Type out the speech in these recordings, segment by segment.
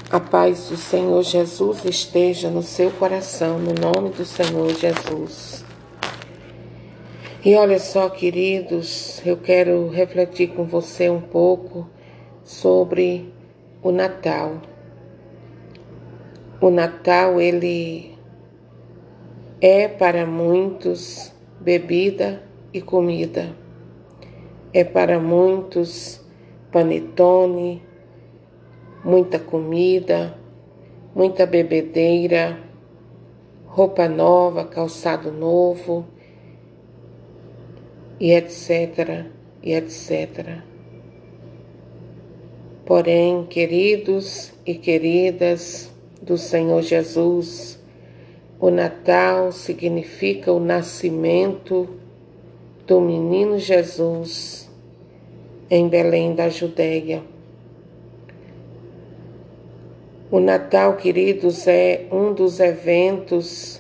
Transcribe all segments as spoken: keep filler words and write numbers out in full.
A paz do Senhor Jesus esteja no seu coração, no nome do Senhor Jesus. E olha só, queridos, eu quero refletir com você um pouco sobre o Natal. O Natal, ele é para muitos bebida e comida. É para muitos panetone, muita comida, muita bebedeira, roupa nova, calçado novo, e etc, e etcétera. Porém, queridos e queridas do Senhor Jesus, o Natal significa o nascimento do menino Jesus em Belém da Judéia. O Natal, queridos, é um dos eventos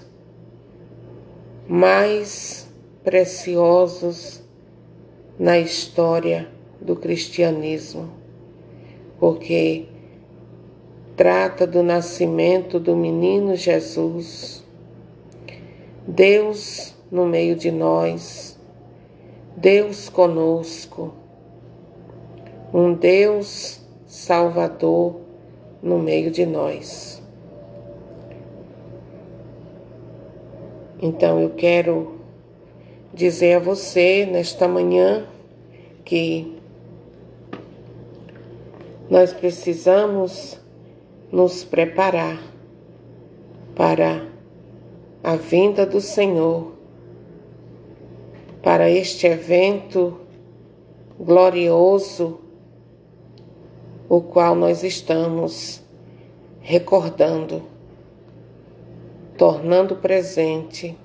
mais preciosos na história do cristianismo, porque trata do nascimento do menino Jesus, Deus no meio de nós, Deus conosco, um Deus Salvador no meio de nós. Então eu quero dizer a você nesta manhã que nós precisamos nos preparar para a vinda do Senhor, para este evento glorioso, o qual nós estamos recordando, tornando presente,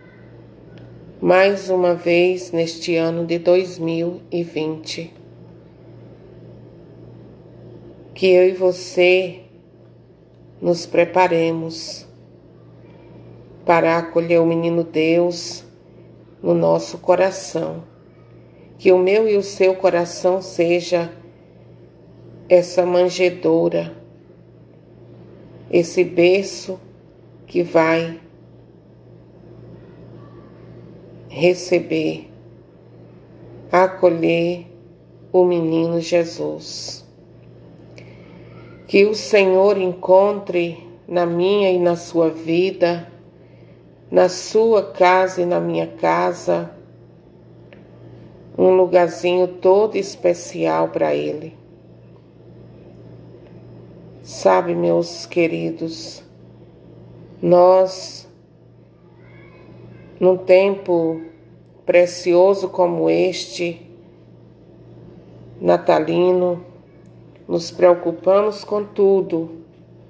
mais uma vez neste ano de dois mil e vinte. Que eu e você nos preparemos para acolher o menino Deus no nosso coração. Que o meu e o seu coração seja essa manjedoura, esse berço que vai receber, acolher o menino Jesus. Que o Senhor encontre na minha e na sua vida, na sua casa e na minha casa, um lugarzinho todo especial para Ele. Sabe, meus queridos, nós, num tempo precioso como este, natalino, nos preocupamos com tudo.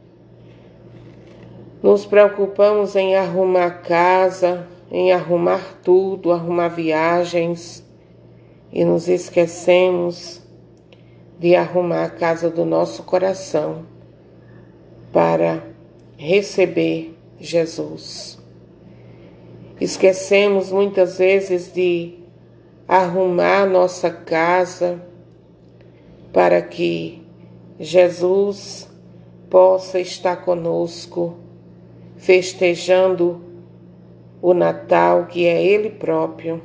Nos preocupamos em arrumar casa, em arrumar tudo, arrumar viagens, e nos esquecemos de arrumar a casa do nosso coração para receber Jesus. Esquecemos muitas vezes de arrumar nossa casa para que Jesus possa estar conosco, festejando o Natal, que é Ele próprio.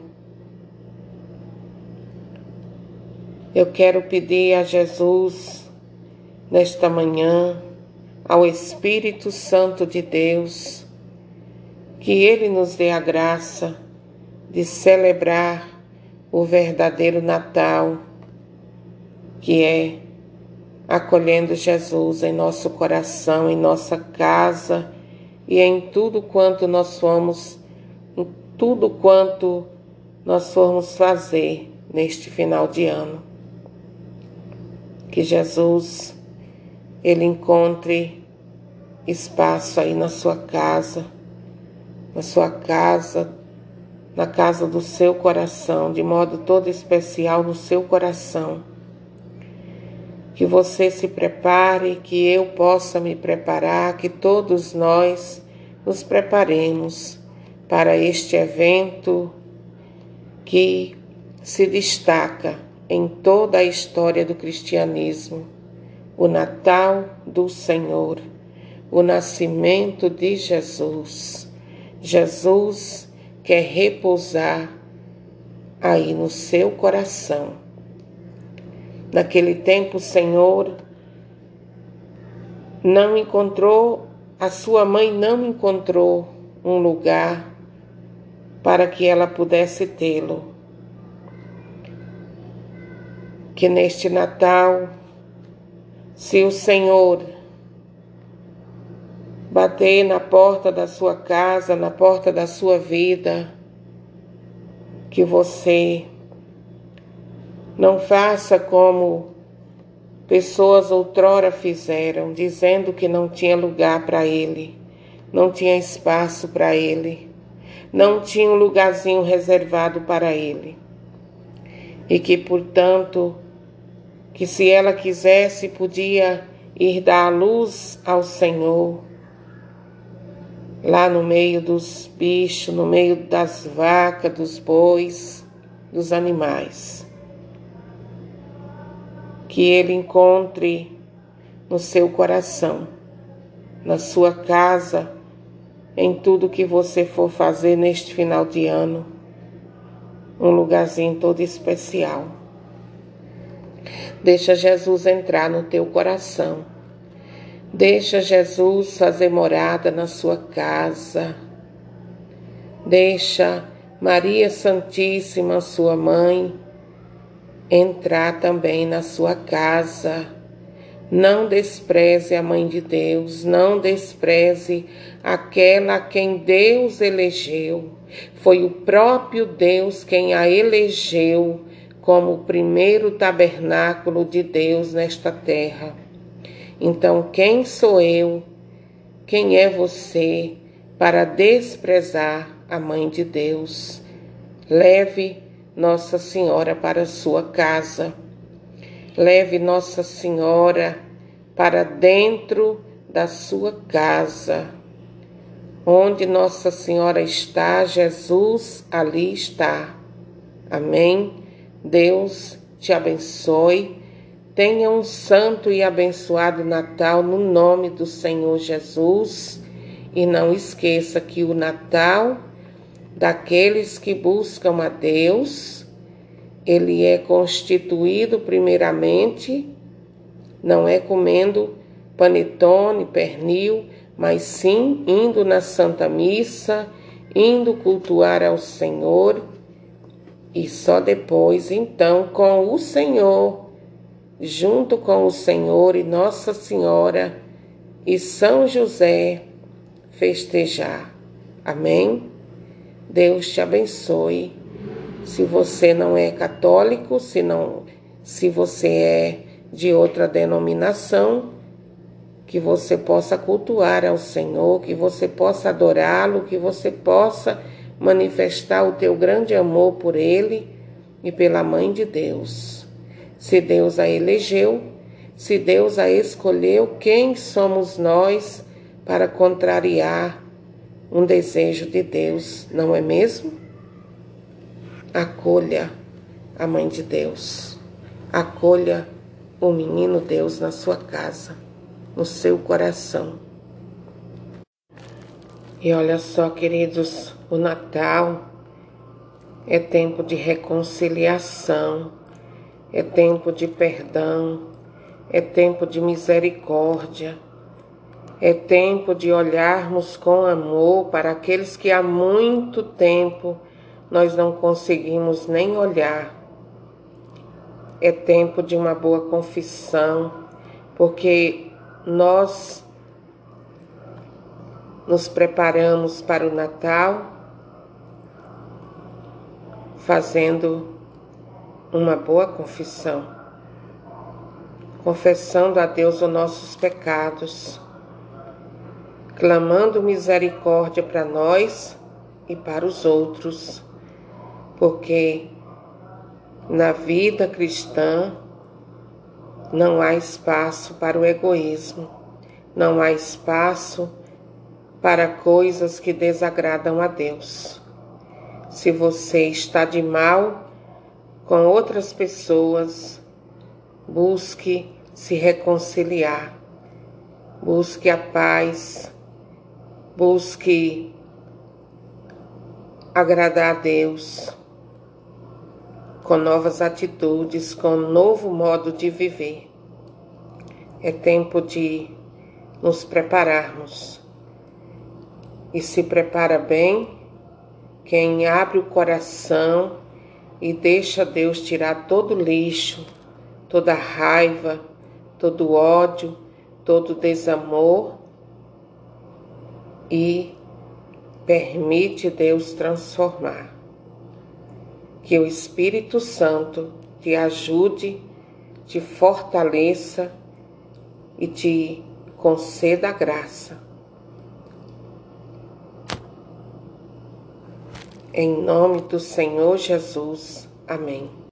Eu quero pedir a Jesus, nesta manhã, ao Espírito Santo de Deus, que Ele nos dê a graça de celebrar o verdadeiro Natal, que é acolhendo Jesus em nosso coração, em nossa casa e em tudo quanto nós formos, em tudo quanto nós formos fazer neste final de ano. Que Jesus, Ele encontre espaço aí na sua casa, na sua casa, na casa do seu coração, de modo todo especial no seu coração. Que você se prepare, que eu possa me preparar, que todos nós nos preparemos para este evento que se destaca em toda a história do cristianismo, o Natal do Senhor, o nascimento de Jesus. Jesus quer repousar aí no seu coração. Naquele tempo, o Senhor não encontrou, a sua mãe não encontrou um lugar para que ela pudesse tê-lo. Que neste Natal, se o Senhor bater na porta da sua casa, na porta da sua vida, que você não faça como pessoas outrora fizeram, dizendo que não tinha lugar para ele, não tinha espaço para ele, não tinha um lugarzinho reservado para ele. E que, portanto, que se ela quisesse, podia ir dar a luz ao Senhor, lá no meio dos bichos, no meio das vacas, dos bois, dos animais. Que ele encontre no seu coração, na sua casa, em tudo que você for fazer neste final de ano, um lugarzinho todo especial. Deixa Jesus entrar no teu coração. Deixa Jesus fazer morada na sua casa. Deixa Maria Santíssima, sua mãe, entrar também na sua casa. Não despreze a Mãe de Deus, não despreze aquela a quem Deus elegeu. Foi o próprio Deus quem a elegeu como o primeiro tabernáculo de Deus nesta terra. Então, quem sou eu, quem é você para desprezar a Mãe de Deus? Leve Nossa Senhora para a sua casa. Leve Nossa Senhora para dentro da sua casa. Onde Nossa Senhora está, Jesus ali está. Amém? Deus te abençoe. Tenha um santo e abençoado Natal no nome do Senhor Jesus. E não esqueça que o Natal daqueles que buscam a Deus, ele é constituído primeiramente, não é comendo panetone, pernil, mas sim indo na Santa Missa, indo cultuar ao Senhor, e só depois, então, com o Senhor, junto com o Senhor e Nossa Senhora e São José, festejar. Amém? Deus te abençoe. Se você não é católico, se, não, se você é de outra denominação, que você possa cultuar ao Senhor, que você possa adorá-lo, que você possa manifestar o teu grande amor por Ele e pela Mãe de Deus. Se Deus a elegeu, se Deus a escolheu, quem somos nós para contrariar um desejo de Deus, não é mesmo? Acolha a Mãe de Deus, acolha o menino Deus na sua casa, no seu coração. E olha só, queridos, o Natal é tempo de reconciliação, é tempo de perdão, é tempo de misericórdia, é tempo de olharmos com amor para aqueles que há muito tempo nós não conseguimos nem olhar. É tempo de uma boa confissão, porque nós nos preparamos para o Natal fazendo uma boa confissão, confessando a Deus os nossos pecados, clamando misericórdia para nós e para os outros, porque na vida cristã não há espaço para o egoísmo, não há espaço para coisas que desagradam a Deus. Se você está de mal com outras pessoas, busque se reconciliar. Busque a paz, busque agradar a Deus com novas atitudes, com um novo modo de viver. É tempo de nos prepararmos. E se prepara bem quem abre o coração e deixa Deus tirar todo o lixo, toda a raiva, todo o ódio, todo o desamor e permite Deus transformar. Que o Espírito Santo te ajude, te fortaleça e te conceda a graça. Em nome do Senhor Jesus. Amém.